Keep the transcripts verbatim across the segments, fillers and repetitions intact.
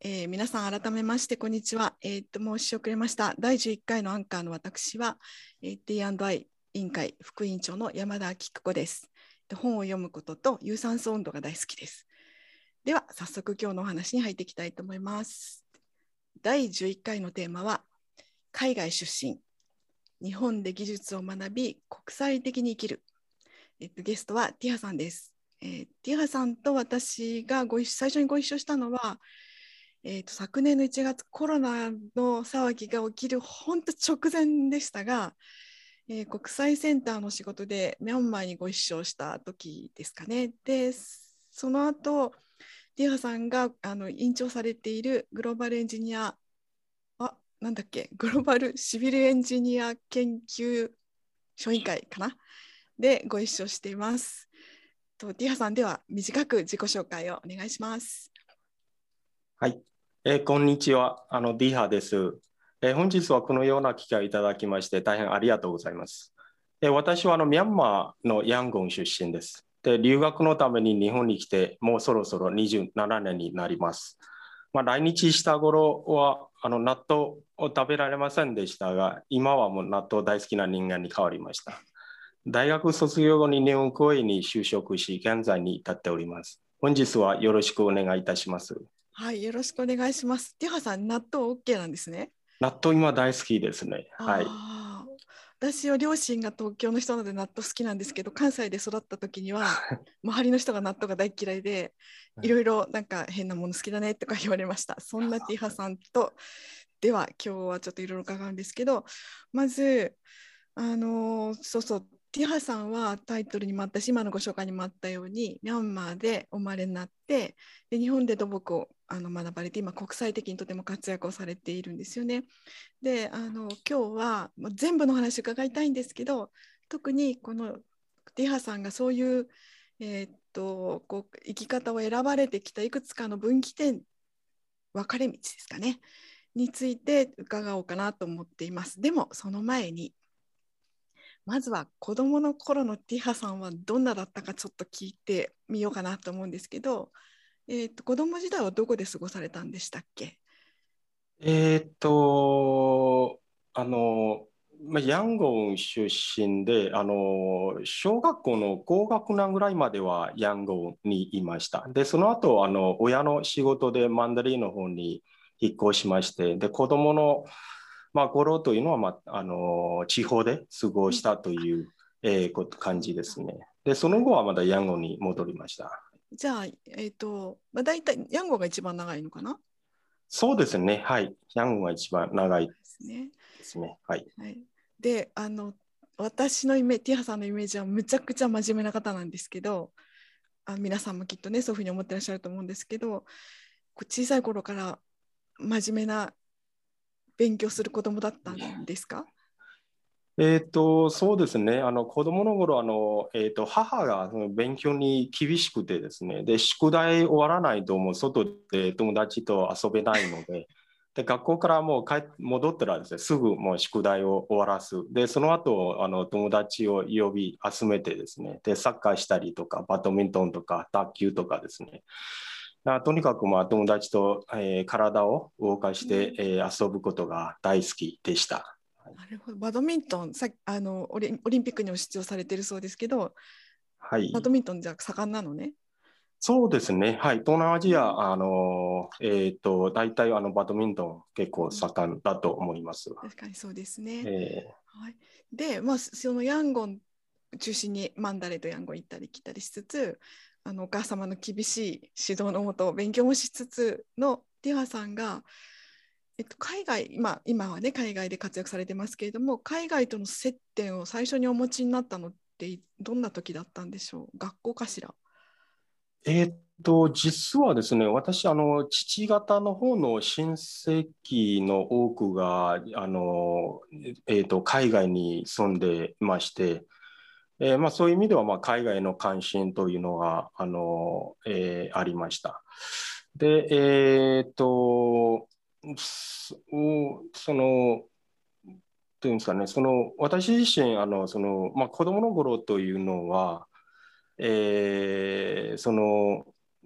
えー、皆さん改めましてこんにちは。えー、っと申し遅れました。だいじゅういっかいのアンカーの私は、えー、ディーアンドアイ 委員会副委員長の山田紀子です。本を読むことと有酸素運動が大好きです。では早速今日のお話に入っていきたいと思います。だいじゅういっかいのテーマは海外出身、日本で技術を学び国際的に生きる。えっと、ゲストはティハさんです。えー、ティハさんと私がご一最初にご一緒したのはえー、と昨年のいちがつ、コロナの騒ぎが起きる本当直前でしたが、えー、国際センターの仕事でミャンマーにご一緒した時ですかね。で、その後、ティハさんがあの委員長されているグローバルエンジニア、あ、なんだっけ、グローバルシビルエンジニア研究所委員会かなでご一緒しています。とティハさん、では短く自己紹介をお願いします。 はい、えー、こんにちは。あのディーハです、えー。本日はこのような機会をいただきまして大変ありがとうございます。えー、私はあのミャンマーのヤンゴン出身です。で、留学のために日本に来てもうそろそろにじゅうななねんになります。まあ、来日した頃はあの納豆を食べられませんでしたが、今はもう納豆大好きな人間に変わりました。大学卒業後に日本公園に就職し、現在に至っております。本日はよろしくお願いいたします。 はい、よろしくお願いします。ティハさん、納豆 OK なんですね。 納豆今大好きですね。はい。 ああ、私は両親が東京の人なので納豆好きなんですけど、関西で育った時には、周りの人が納豆が大嫌いで、いろいろなんか変なもの好きだねとか言われました。そんなティハさんと、では今日はちょっといろいろ伺うんですけど、まず、あのーそうそう、ティハさんはタイトルにもあったし、今のご紹介にもあったように、ミャンマーでお生まれになって、で日本で土木をあの学ばれて、今国際的にとても活躍をされているんですよね。で、あの今日はもう全部の話伺いたいんですけど、特にこのティハさんがそういう、えーっとこう生き方を選ばれてきたいくつかの分岐点、分かれ道ですかね、について伺おうかなと思っています。でもその前に、まずは子どもの頃のティハさんはどんなだったかちょっと聞いてみようかなと思うんですけど、えーと、子ども時代はどこで過ごされたんでしたっけ？ えーっと、あの、まあ、ヤンゴン出身で、あの、小学校の高学年ぐらいまではヤンゴンにいました。で、その後、あの、親の仕事でマンダリーの方に引っ越しまして、で、子供の、まあ、頃というのは、まあ、あの、地方で過ごうん、 したという、えー、こと感じですね。で、そはい、 の後はまたヤンゴンに戻りました。 じゃあ、えーとまあ、大体ヤンゴが一番長いのかな？ そうですね。はい。ヤンゴンが一番長いですね。 ですね。はい。 はい、で、あの私のイメティハさんのイメージはむちゃくちゃ真面目な方なんですけど、あ、皆さんもきっとねそういうふうに思ってらっしゃると思うんですけど、こう小さい頃から真面目な勉強する子供だったんですか？ えっと、そうですね。あの、子供の頃、あの、えっと、母がその勉強に厳しくてですね。で、宿題終わらないともう外で友達と遊べないので、で、学校からもう帰っ戻ったらですね、すぐもう宿題を終わらす。で、その後、あの、友達を呼び集めてですね、で、サッカーしたりとか、バドミントンとか、卓球とかですね。あとにかく、まあ、友達と、えー体を動かして、えー遊ぶことが大好きでした。 なるほど。バドミントン、さあのオリ、オリンピックにも出場されてるそうですけど、 はい。 バドミントンじゃ盛んなのね。 そうですね。はい。東南アジア、 うん、 あの、えっと、大体あのバドミントン結構うん、 盛んだと思います。 確かにそうですね。 えはい、で、まあ、そのヤンゴン中心にマンダレとヤンゴン行ったり来たりしつつ、あのお母様の厳しい指導のもと勉強もしつつのティハさんが、えっと、海外、今、今はね海外で活躍されてますけれども、海外との接点を最初にお持ちになったのってどんな時だったんでしょう？学校かしら？ ーえーっと、実はですね、私、あの、父方の方の親戚の多くが、あの、えーっと、海外に住んでいまして、えーまあ、そういう意味では、まあ、海外の関心というのが、あの、えーありました。で、えーっと、そその、というんですかね、その私自身、あのそのまあ、子供の頃というのは、えーその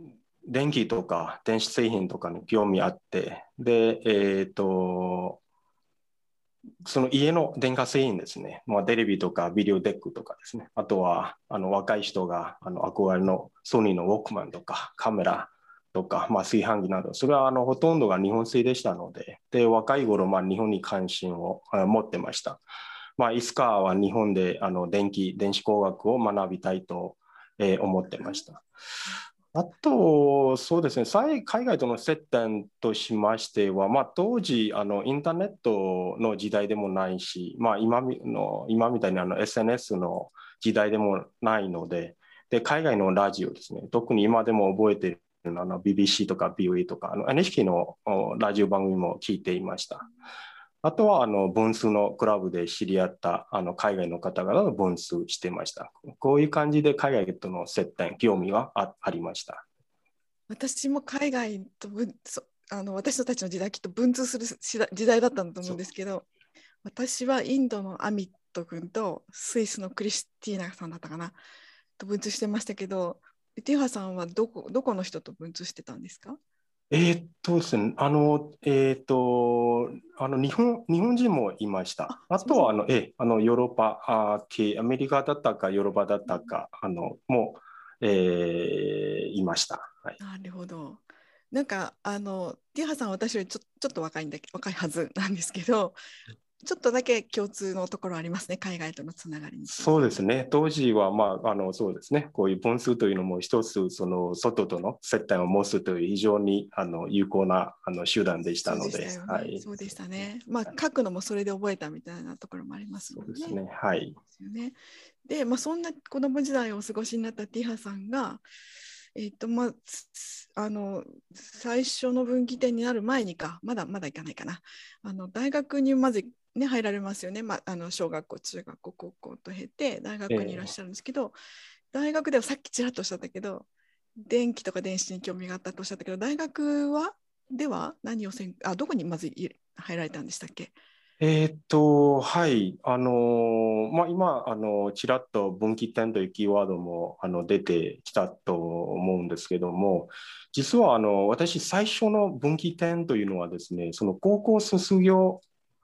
電気とか電子製品とかに興味あって、で、えっと、その家の電化製品ですね、まあ、テレビとかビデオデックとかですね、あとはあの若い人があの憧れのソニーのウォークマンとかカメラとか、まあ、炊飯器など、それはあのほとんどが日本製でしたので、で若い頃、まあ、日本に関心を持ってました。まあ、いつかは日本であの電気、電子工学を学びたいと、えー、思ってました。あと、そうですね、海外との接点としましては、まあ、当時あの、インターネットの時代でもないし、まあ、今の今みたいにあの エスエヌエス の時代でもないので、で海外のラジオですね、特に今でも覚えているのは ビービーシー とか ビーオーイー とかあの エヌエイチケー のラジオ番組も聞いていました。あとはあの分数のクラブで知り合ったあの海外の方々の分数していました。こういう感じで海外との接点、興味は あ, ありました。 私も海外と分あの私たちの時代きっと文通する時代だったんだと思うんですけど、私はインドのアミット君とスイスのクリスティーナさんだったかなと文通してましたけど、ティハさんはどこ、どこの人と文通してたんですか？ えーっとですね、あの、えーっと、あの日本、日本人もいました。あとは、あの、え、あの、ヨーロッパあ系、アメリカだったか、ヨーロッパだったか、あの、もう、えーいました。はい。 なるほど。なんか、あの、ティハさんは私よりちょ、ちょっと若いんだけ若いはずなんですけど、ちょっとだけ共通のところありますね、海外とのつながりについて。 そうですね。当時は、まあ、あの、そうですね。こういう分数というのも一つ、その、外との接点を持つという非常に、あの、有効な、あの、手段でしたので。 そうでしたよね。 はい。 そうでしたね。まあ、書くのもそれで覚えたみたいなところもありますもんね。 そうですね。はい。 ですよね。で、まあ、そんな子供時代をお過ごしになったティハさんが、えっと、まあ、あの、最初の分岐点になる前にか、まだまだ行かないかな。あの、大学にまず、ね、入られますよね。まあ、あの小学校、中学校、高校と経て、大学にいらっしゃるんですけど、えー、大学ではさっきちらっとおっしゃったけど、電気とか電子に興味があったとおっしゃったけど、大学はでは何をせんあどこにまず入られたんでしたっけ？ えーっと、はい。あの、まあ、今、あの、ちらっと分岐点というキーワードも、あの、出てきたと思うんですけども、実は、あの、私、最初の分岐点というのはですね、その高校卒業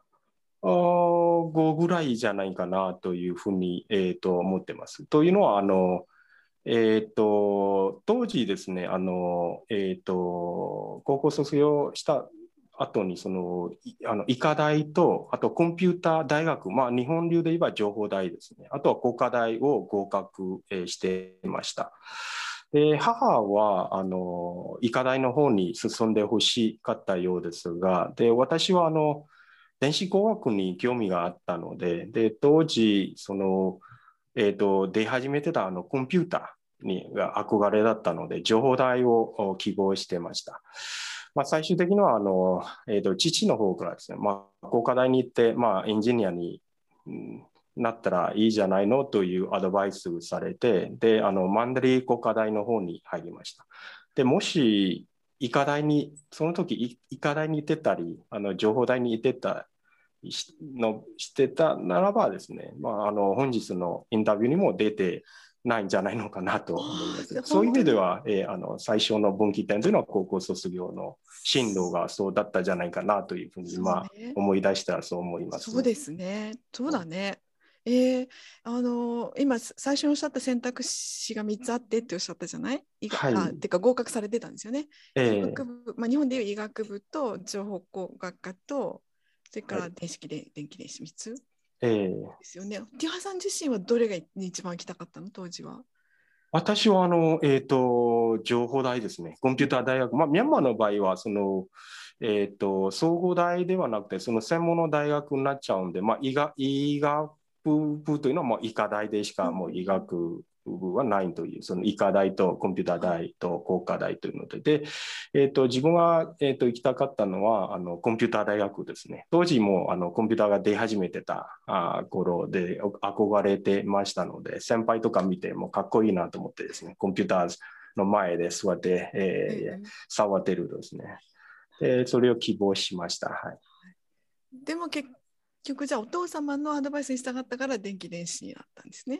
後ぐらいじゃないかなというふうに、えーっと、思ってます。というのは、あの、えーっと、当時ですね、あの、えーっと、高校卒業した後にそのあの医科大とあとコンピューター大学、まあ、日本流で言えば情報大ですね、あとは工科大を合格していました。で母はあの医科大の方に進んでほしかったようですが、で私はあの電子工学に興味があったので、で当時その、えーと、出始めてたあのコンピューターにが憧れだったので、情報大を希望してました。まあ、最終的にはあの、えーと、父の方からですね、まあ、工科大に行って、まあ、エンジニアになったらいいじゃないのというアドバイスされて、で、あのマンダリー工科大の方に入りました。で、もし医科大に、その時医科大に行ってたり、あの情報大に行ってたのしてたならばですね、まあ、あの本日のインタビューにも出てないんじゃないのかなと思います。そういう意味では、えー、あの最初の分岐点というのは高校卒業の進路がそうだったんじゃないかなというふうに今思い出したらそう思います。 そうですね。そうだね。えー、あのー、今最初におっしゃった選択肢がみっつあってっておっしゃったじゃない？医学、 はい、 あ、てか合格されてたんですよね。 え医学部、まあ、日本でいう医学部と情報工学科と、それから電子で、はい、電気電子みっつえー、 ですよね。ティハさん自身はどれが一番行きたかったの当時は？ 私はあの、えーと、情報大ですね。コンピューター大学、まあ、ミャンマーの場合はその、えーと、総合大ではなくて、その専門の大学になっちゃうんで、まあ、医学医学部というのはもう医科大でしかもう医学部はないという、その医科大とコンピューター大と工科大というので、で、えーと、自分が、えーと、行きたかったのはあのコンピューター大学ですね。当時もあのコンピューターが出始めてたあ頃で憧れてましたので、先輩とか見てもかっこいいなと思ってですね、コンピューターの前で座って、えー、触ってるですね。で、それを希望しました。はい。 でも結局じゃあお父様のアドバイスに従ったから電気電子になったんですね。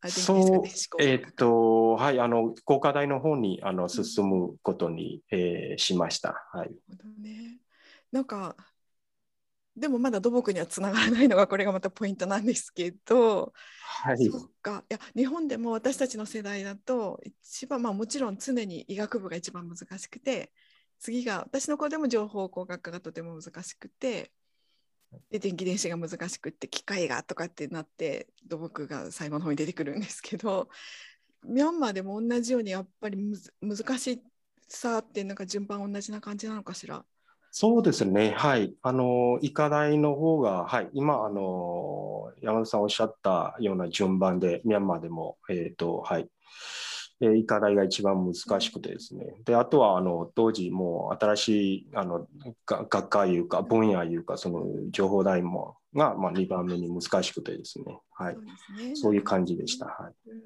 あ、電気ですか、 そう、 電子工えーっ学科か。 と、はい、あの、工科大の方にあの進むことに、えーしました。はい。 なるほどね。なんか、でもまだ土木にはつながらないのがこれがまたポイントなんですけど、 はい。 そっか、いや、日本でも私たちの世代だと、一番、まあもちろん常に医学部が一番難しくて、次が、私の子でも情報工学科がとても難しくて、で、電気電子が難しくって、機械がとかってなって、土木が最後の方に出てくるんですけど、ミャンマーでも同じようにやっぱりむず難しさってなんか順番同じな感じなのかしら。 そうですね。はい。あの、医科大の方が、はい。今、あの、山田さんおっしゃったような順番で、ミャンマーでも、えっと、はい。えー医科大が一番難しくてですね。で、あとは、あの、当時もう新しい、あの、が学科いうか、分野いうか、その、情報大も、が、まあ、にばんめに難しくてですね。はい。 そうですね。 そういうなるほどね。 感じでした。はい。 うん、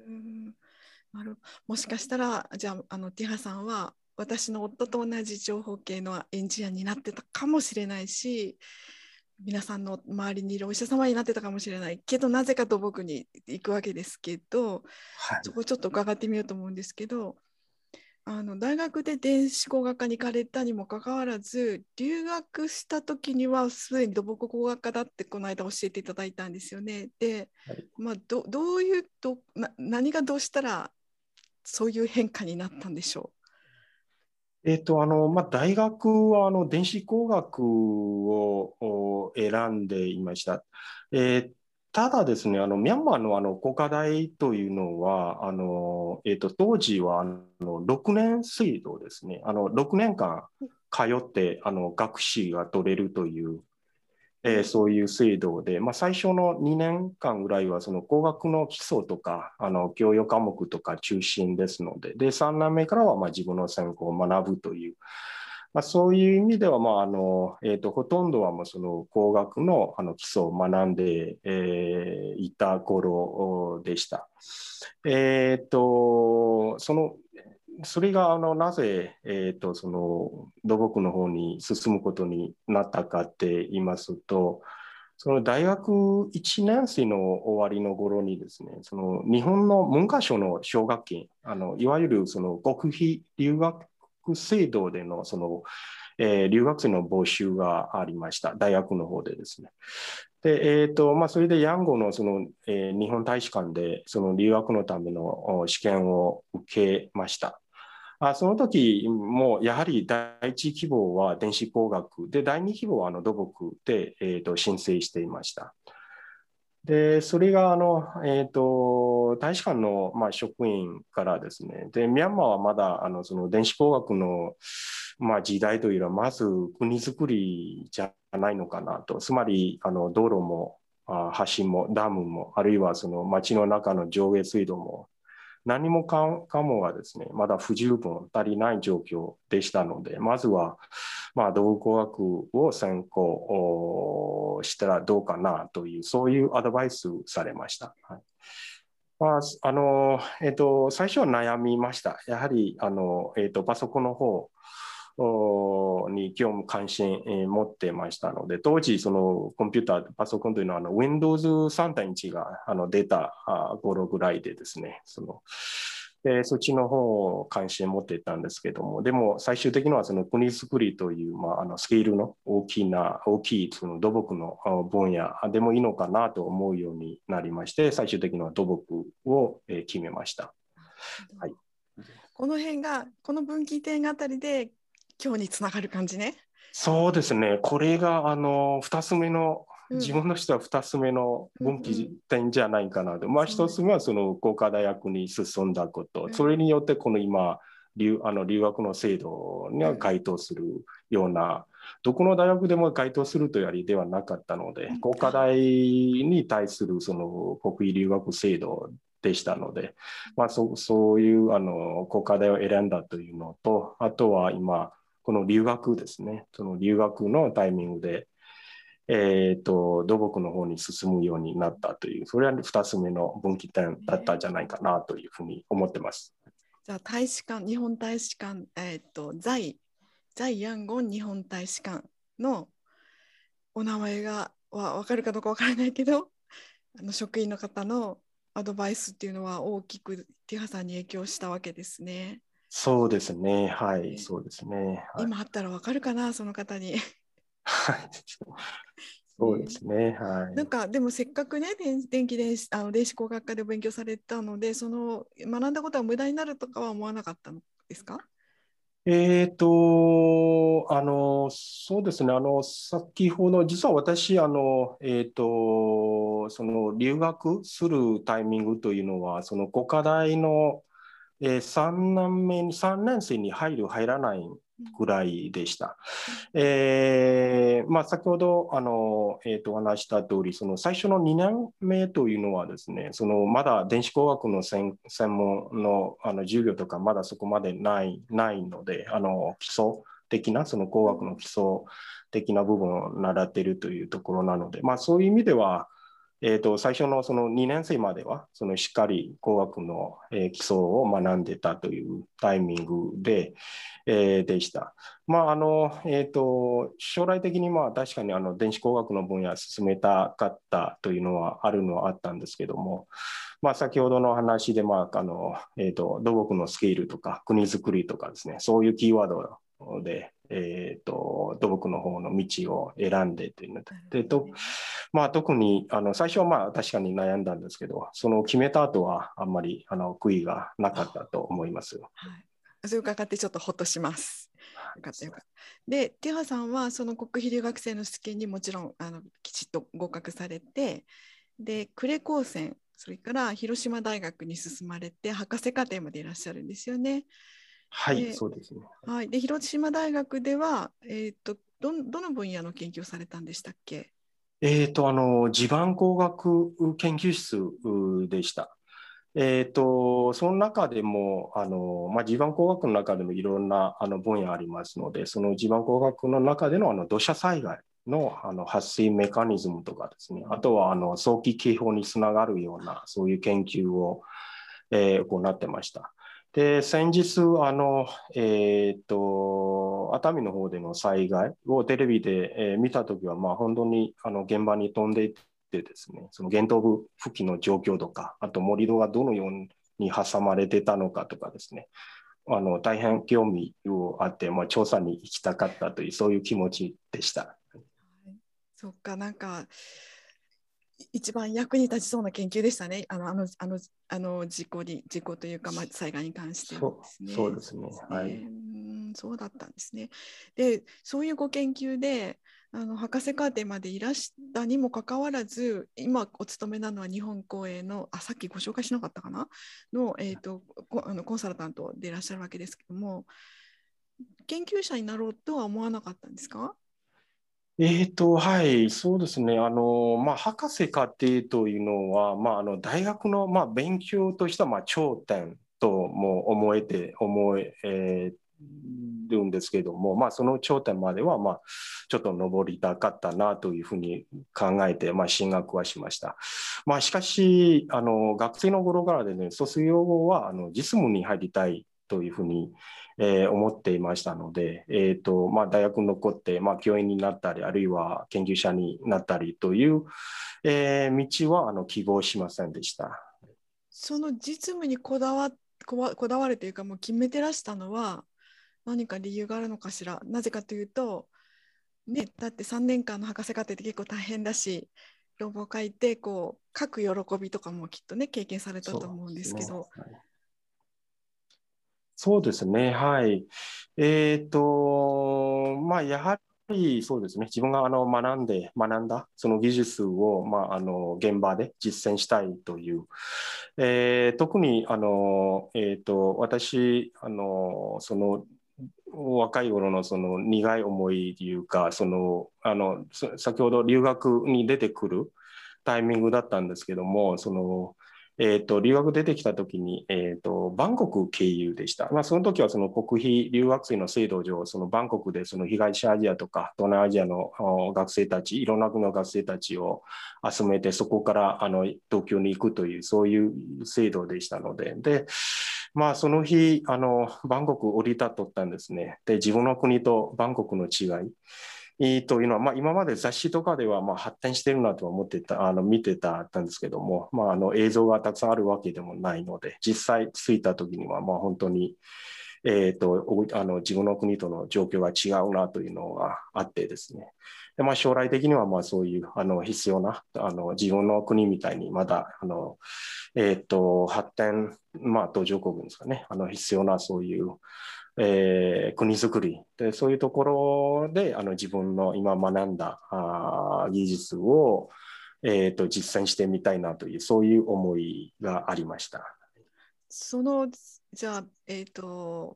なるもしかしたら、じゃあ、あのティハさんは私の夫と同じ情報系のエンジニアになってたかもしれないし、皆さんの周りにいるお医者様になってたかもしれないけど、なぜか土木に行くわけですけど、 はい。 そこちょっと伺ってみようと思うんですけど、あの大学で電子工学科に行かれたにもかかわらず、留学した時にはすでに土木工学科だってこの間教えていただいたんですよね。で、 はい。 まあ、どどういうとな何がどうしたらそういう変化になったんでしょえっと、あの、まあ、大学は、あの、電子工学をお選んでいました。えーただですね、あの、ミャンマーの、あの、工科大というのは、あの、えっと、当時は、あの、ろくねん制度ですね。あの、ろくねんかん通って、あの、学士が取れるというえーそういう制度で、まあ、最初のにねんかんぐらいはその工学の基礎とかあの教養科目とか中心ですので、でさんねんめからはまあ自分の専攻を学ぶという、まあ、そういう意味では、まああのえー、とほとんどはもうその工学のあの基礎を学んで、えーいた頃でした。えっ、とそのそれがあのなぜ、えーと、その土木の方に進むことになったかって言いますと、その大学いちねん生の終わりの頃にですね、その日本の文科省の奨学金、あのいわゆるその国費留学制度でのその、えー留学生の募集がありました、大学の方でですね。で、えーとまあ、それでヤンゴのその、えー日本大使館でその留学のための試験を受けました。あその時もやはり第一希望は電子工学で、第二希望はあの土木で、えーと申請していました。で、それがあの、えーと、大使館の、まあ、職員からですね、で、ミャンマーはまだあのその電子工学の、まあ、時代というのは、まず国づくりじゃないのかなと、つまりあの道路も、あ橋もダムも、あるいはその街の中の上下水道も、何もかかもがですね、まだ不十分、足りない状況でしたので、まずは、まあ、土木工学を専攻したらどうかなという、そういうアドバイスされました。はい、まあ、あの、えっと、最初は悩みました。やはり、あの、えっと、パソコンの方に興味関心持ってましたので、当時、そのコンピューター、パソコンというのは、あの ウィンドウズさんてんいち があの出た頃ぐらいでですね、その、でそっちの方を関心持っていたんですけども、でも最終的にはその国づくりという、まあ、あのスケールの大きな、大きいその土木の分野でもいいのかなと思うようになりまして、最終的には土木を決めました。はい、 この辺が、この分岐点あたりで今日につながる感じね。 そうですね、これがあのふたつめの、 うん、 自分の人はふたつめの分岐点じゃないかなと、まあ、ひとつ目はその工科大学に進んだこと、それによってこの今、留あの留学の制度には該当するような、どこの大学でも該当するというありではなかったので、工科大に対するその国費留学制度でしたので、まあ、そそういうあの工科大を選んだというのと、あとは今、この留学ですね、その留学のタイミングで、えーと、土木の方に進むようになったという、それはふたつめの分岐点だったんじゃないかなというふうに思ってます。 じゃあ大使館、日本大使館、えー、と在在ヤンゴン日本大使館のお名前がわ分かるかどうか分からないけど、あの職員の方のアドバイスっていうのは大きくティハさんに影響したわけですね。 そうですね。はい、 ね、 そうですね。はい。 今あったらわかるかな、その方に。 はい。そうでね、 すね。はい。 なんかでもせっかくね、電電気電子あの電子工学科で勉強されたので、その学んだことは無駄になるとかは思わなかったのですか？ えーと、あの、そうですね。あの、先ほど、実は私、あの、えーと、その留学するタイミングというのは、その工科大の、えー、さんねんめに、さんねん生に入る、入らないぐらいでした。 うんえーまあ、先ほどあの、えーと、お話した通り、その最初のにねんめというのはですね、そのまだ電子工学の専専門の、あの授業とかまだそこまでないないので、あの基礎的な、その工学の基礎的な部分を習っているというところなので、まあ、そういう意味では、えーと、最初のそのにねん生までは、そのしっかり工学の、えー基礎を学んでたというタイミングで、えーでした。まああのえーと、将来的にまあ確かにあの電子工学の分野を進めたかったというのはあるのはあったんですけども、まあ、先ほどの話で、まああのえーと、土木のスケールとか国づくりとかですね、そういうキーワードで、えーと、土木の方の道を選んでというので、とまあ、特にあの最初はまあ確かに悩んだんですけど、その決めた後はあんまりあの悔いがなかったと思います。 はい、それを伺ってちょっとほっとします。よかったよかった。で、ティハさんはその国費留学生の試験にもちろんあのきちっと合格されて、で、呉高専、それから広島大学に進まれて、博士課程までいらっしゃるんですよね。 はい、 で、 そうですね。 はい、で広島大学では、えーと、ど、どの分野の研究をされたんでしたっけ？ えっと、あの、地盤工学研究室でした。えっと、その中でも、あの、まあ、地盤工学の中でもいろんなあの分野ありますので、その地盤工学の中でのあの土砂災害のあの発生メカニズムとかですね、あとはあの早期警報につながるような、そういう研究を、えー行ってました。で、先日、あの、えっと、熱海の方での災害をテレビで、えー見たときは、まあ、本当にあの現場に飛んでいってですね、その源頭部付近の状況とか、あと盛り土がどのように挟まれてたのかとかですね、あの大変興味をあって、まあ、調査に行きたかったという、そういう気持ちでした。 そっか、なんか一番役に立ちそうな研究でしたね。あの、あの、あの、あの事故に、事故というか、まあ、災害に関してはでそう、そうすね。 ですね。 そうですはい。 ね。うん、そうだったんですね。で、そういうご研究で、あの博士課程までいらしたにもかかわらず、今お勤めなのは日本公営の、あ、さっきご紹介しなかったかなの、えーと、こあのコンサルタントでいらっしゃるわけですけども、研究者になろうとは思わなかったんですか？ えーと、はい、そうですね。あの、まあ、博士課程というのは、まあ、あの、大学の、まあ、勉強としては、まあ、頂点とも思えて、思え、えーるんですけども、まあ、その頂点までは、まあ、ちょっと登りたかったなというふうに考えて、まあ、進学はしました。まあ、しかし、あの、学生の頃からでね、卒業後は、あの、実務に入りたいというふうに、えー思っていましたので、えーとまあ、大学に残って、まあ、教員になったり、あるいは研究者になったりという、えー道はあの希望しませんでした。 その実務にこだわこわこだわるというか、もう決めてらしたのは何か理由があるのかしら。なぜかというと、ね、だってさんねんかんの博士課程って結構大変だし、論文を書いてこう書く喜びとかもきっとね経験されたと思うんそうですね。 ですけど。 はい、そうですね。はい。えっと、まあ、やはりそうですね。自分があの学んで、学んだその技術を、まあ、あの現場で実践したいという、えー特にあの、えっと、私、あの、その若い頃のその苦い思いというか、そのあの先ほど留学に出てくるタイミングだったんですけども、そのえーと、留学出てきたときに、えーと、バンコク経由でした。まあ、その時はその国費留学生の制度上、そのバンコクでその東アジアとか東南アジアの学生たち、いろんな国の学生たちを集めて、そこからあの東京に行くという、そういう制度でしたので、で、まあ、その日、あのバンコク降り立っとったんですね。で、自分の国とバンコクの違い。 えー、というのは、まあ、今まで雑誌とかではまあ発展してるなとは思ってた、あの見てたんですけども、まあ、あの映像がたくさんあるわけでもないので、実際着いた時にはまあ本当に、えー、とあの自分の国との状況が違うなというのがあってですね。でまあ、将来的にはまあそういうあの必要なあの自分の国みたいにまだあの、えー、と発展、まあ、途上国ですかね、あの必要なそういう、えー、国づくりで、そういうところであの自分の今学んだあ技術を、えー、と実践してみたいなという、そういう思いがありました。 その、じゃあ、えっ、と、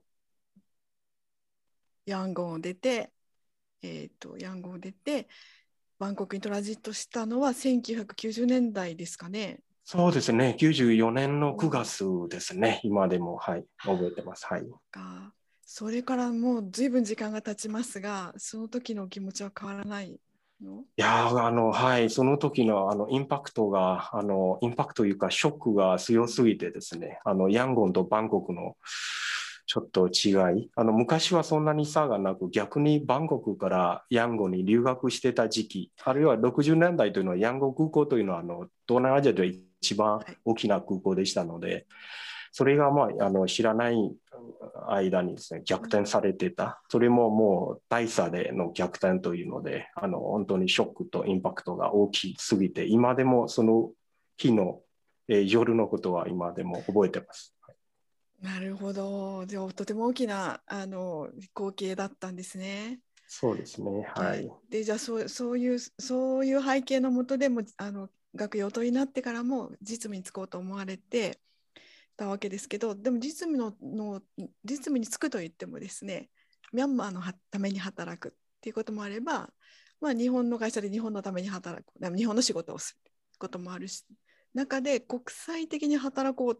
ヤンゴンを出て、えっ、と、ヤンゴンを出て、バンコクにトランジットしたのはせんきゅうひゃくきゅうじゅうねんだいですかね。 そうですね、きゅうじゅうよねんのくがつですね、今でも、はい、覚えてます。はい。 かそれからもう随分時間が経ちますが、その時のお気持ちは変わらないの？ いやあの、はい、その時のあのインパクトが、あのインパクトというか、ショックが強すぎてですね、あのヤンゴンとバンコクのちょっと違い、あの昔はそんなに差がなく、逆にバンコクからヤンゴンに留学してた時期、あるいはろくじゅうねんだいというのは、ヤンゴン空港というのはあの東南アジアで一番大きな空港でしたので、それが、まあ、あの知らない間にですね、逆転されてた。それももう大差での逆転というので、あの本当にショックとインパクトが大きすぎて、今でもその日の、えー、夜のことは今でも覚えてます。 なるほど。じゃあ、とても大きなあの光景だったんですね。 そうですね。はい。 で、でじゃあそう、そういう、そういう背景のもとでも、あの学業を取りになってからも実務に就こうと思われてたわけですけど、でも実務の、の実務に就くといってもですね、ミャンマーのために働くっていうこともあれば、まあ、日本の会社で日本のために働く、日本の仕事をすることもあるし、中で国際的に働こうって、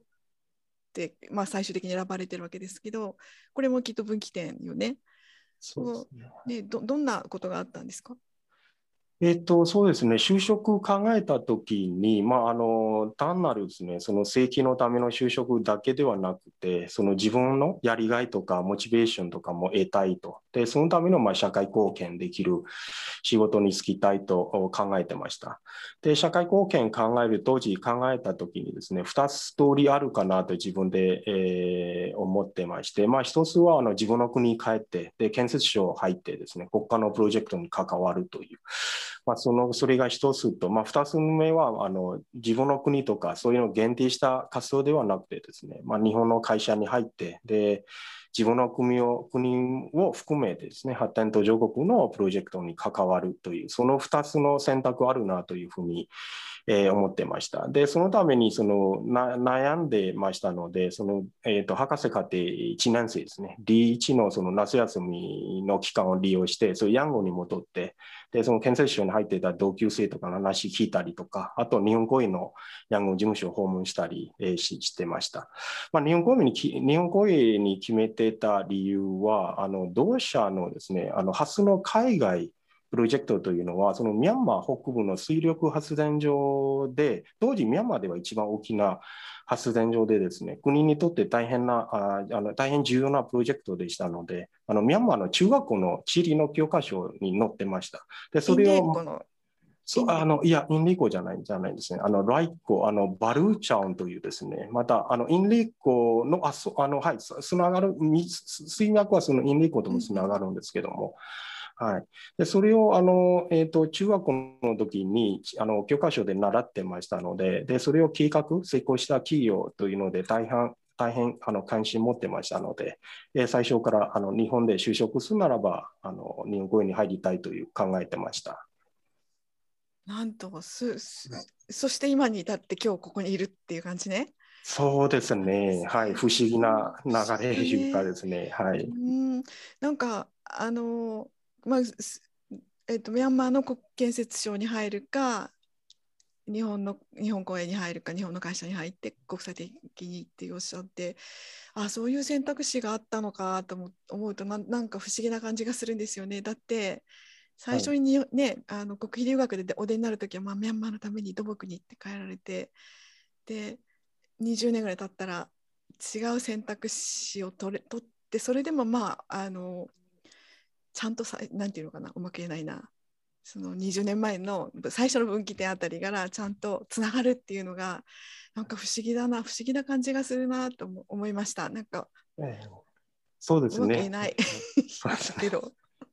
まあ、最終的に選ばれてるわけですけど、これもきっと分岐点よね。 そうですね。 ね、ど、どんなことがあったんですか？ えっと、そうですね、就職考えたときに、まあ、あの単なるですね、その正規のための就職だけではなくて、その自分のやりがいとか、モチベーションとかも得たいと、でそのためのまあ社会貢献できる仕事に就きたいと考えてました。で、社会貢献考える当時考えたときにですね、ふたつ通りあるかなと自分で、えー、思ってまして、まあ、ひとつはあの自分の国に帰って、で建設省入ってですね、国家のプロジェクトに関わるという。まあ、そのそれが一つと、まあ、二つ目はあの自分の国とかそういうのを限定した活動ではなくてですね、まあ、日本の会社に入ってで自分の国を国を含めてですね、発展途上国のプロジェクトに関わるという、その二つの選択あるなというふうに、えー、思ってました。で、そのためにそのな悩んでましたので、その、えーと、博士課程いちねん生ですね、ディーワン のその夏休みの期間を利用して、そういうヤンゴンに戻って、で、その建設省に入っていた同級生とかの話聞いたりとか、あと日本公園のヤンゴン事務所を訪問したり、えー、ししてました。まあ、日本公園に日本公園に決めてた理由は、あの同社のですね、あの初の海外プロジェクトというのは、そのミャンマー北部の水力発電所で、当時ミャンマーでは一番大きな発電所でですね、国にとって大変な、ああの大変重要なプロジェクトでしたので、あのミャンマーの中学校の地理の教科書に載ってました。で、そインれを、 レイコの、イそうンレイあのいや、インレイコじゃないじゃないですね。あの、ライコ、あの、バルーチャウンというですね、また、あの、インレイコの、あ、そあの、はい、つながる、水脈はそのインレイコともつながるんですけども、はい、でそれをあの、えーと、中学校の時にあの教科書で習ってましたので、でそれを計画、成功した企業というので大変大変あの関心持ってましたので、え最初からあの日本で就職するならばあの日本語に入りたいという考えてました。 なんとすす、そして今に至って今日ここにいるっていう感じね。 そうですね、はい、不思議な流不思議れというかだね。 ですね、はうい。 ん、なんかあの、まあえっと、ミャンマーの国建設省に入るか、日本の日本公営に入るか、日本の会社に入って国際的にっておっしゃって、あ、そういう選択肢があったのかと思うとな、なんか不思議な感じがするんですよね。だって最はい、 初にね、あの国費留学でお出になるときは、まあ、ミャンマーのために土木に行って帰られて、でにじゅうねんぐらい経ったら違う選択肢を取れ取って、それでもまああのちゃんとさ、なんていうのかな、うまく言えないな、そのにじゅうねんまえの最初の分岐点あたりからちゃんとつながるっていうのがなんか不思議だな、不思議な感じがするなと思いました。なんか、 えー、そうですね。 うまく言えないそうですねけど、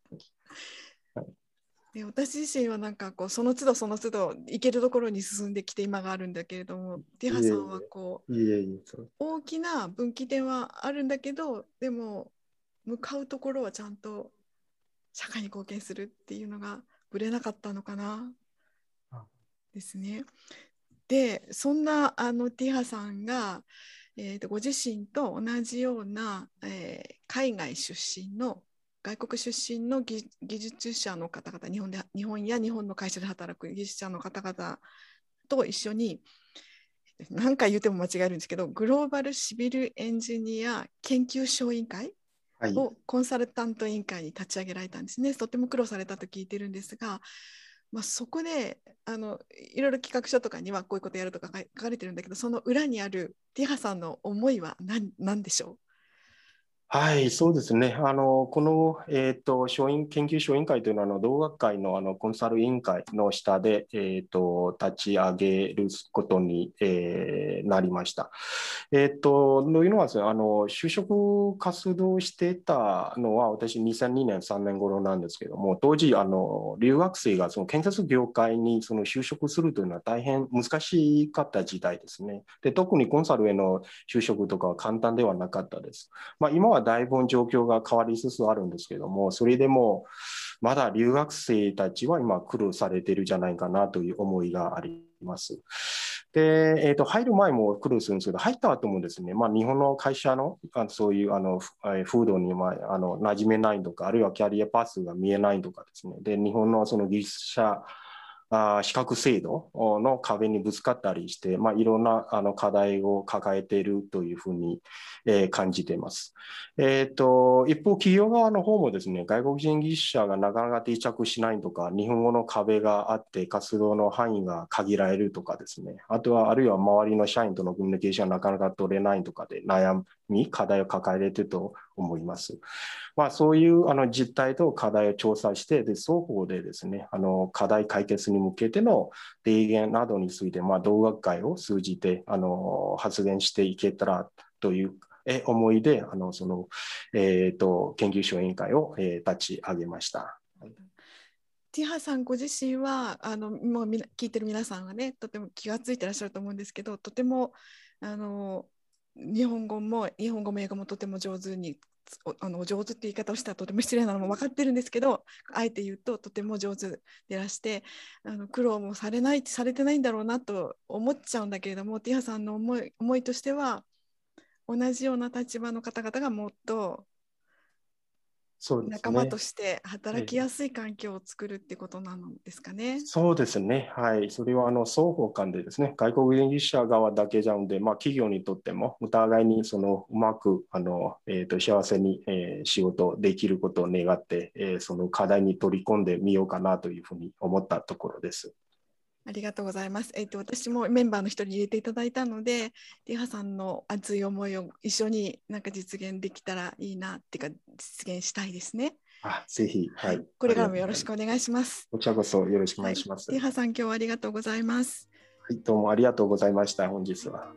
で私自身はなんかこうその都度その都度行けるところに進んできて今があるんだけれども、ティハさんはこういえいえそう大きな分岐点はあるんだけど、でも向かうところはちゃんと社会に貢献するっていうのがぶれなかったのかなですね。でそんなあのティハさんが、えー、とご自身と同じような、えー海外出身の外国出身の技術者の方々、日本で日本や日本の会社で働く技術者の方々と一緒に、何回言っても間違えるんですけど、グローバルシビルエンジニア研究小委員会をコンサルタント委員会に立ち上げられたんですね。とても苦労されたと聞いてるんですが、まあ、そこであのいろいろ企画書とかにはこういうことやるとか書かれてるんだけど、その裏にあるティハさんの思いは 何, 何でしょう？ はい、そうですね。あの、この、えっと、小委研究所委員会というのは、あの、同学会の、あの、コンサル委員会の下で、えっと、立ち上げることに、えー、なりました。えっと、というのはですね、あの、就職活動してたのは、私、にせんにねん、さんねん頃なんですけども、当時、あの、留学生が、その、建設業界に、その、就職するというのは大変難しかった時代ですね。で、特にコンサルへの就職とかは簡単ではなかったです。まあ、今はだいぶ状況が変わりつつあるんですけども、それでもまだ留学生たちは今苦労されているんじゃないかなという思いがあります。で、えーと、入る前も苦労するんですけど、入った後もですね、まあ、日本の会社の、あのそういうあの風土に、まあ、あの馴染めないとか、あるいはキャリアパスが見えないとかですね、で、日本のその技術者あ資格制度の壁にぶつかったりして、まあ、いろんなあの課題を抱えているというふうに、えー、感じています。えーと、一方、企業側の方もですね、外国人技術者がなかなか定着しないとか、日本語の壁があって活動の範囲が限られるとかですね、あとはあるいは周りの社員とのコミュニケーションがなかなか取れないとかで悩み、課題を抱えていると思います。まあ、そういうあの実態と課題を調査して、で双方でですね、あの課題解決に向けての提言などについて、まあ、同学会を通じてあの発言していけたらという思いで、あのその、えーと、研究所委員会を、えー、立ち上げました。 ティハさんご自身はあのもう聞いてる皆さんはね、とても気がついてらっしゃると思うんですけど、とてもあの日本語も日本語も英語もとても上手に、あの上手って言い方をしたらとても失礼なのも分かってるんですけど、あえて言うととても上手でいらして、あの苦労もされないされてないんだろうなと思っちゃうんだけれども、ティハさんの思い、思いとしては同じような立場の方々がもっと仲間として働きやすい環境を作るってことなんですかね。 そうですね。はい。それはあの双方間でですね、外国人技術者側だけじゃなくて、まあ、企業にとってもお互いにそのうまくあの、えー、と幸せに、えー、仕事できることを願って、えー、その課題に取り込んでみようかなというふうに思ったところです。 ありがとうございます。えっと、私もメンバーの一人に入れていただいたので、ティハさんの熱い思いを一緒になんか実現できたらいいなっていうか、実現したいですね。 あ、ぜひ、はい、はい。 これからもよろしくお願いします。 こちらこそよろしくお願いします。 はい、ティハさん、今日はありがとうございます。 はい、どうもありがとうございました、本日は。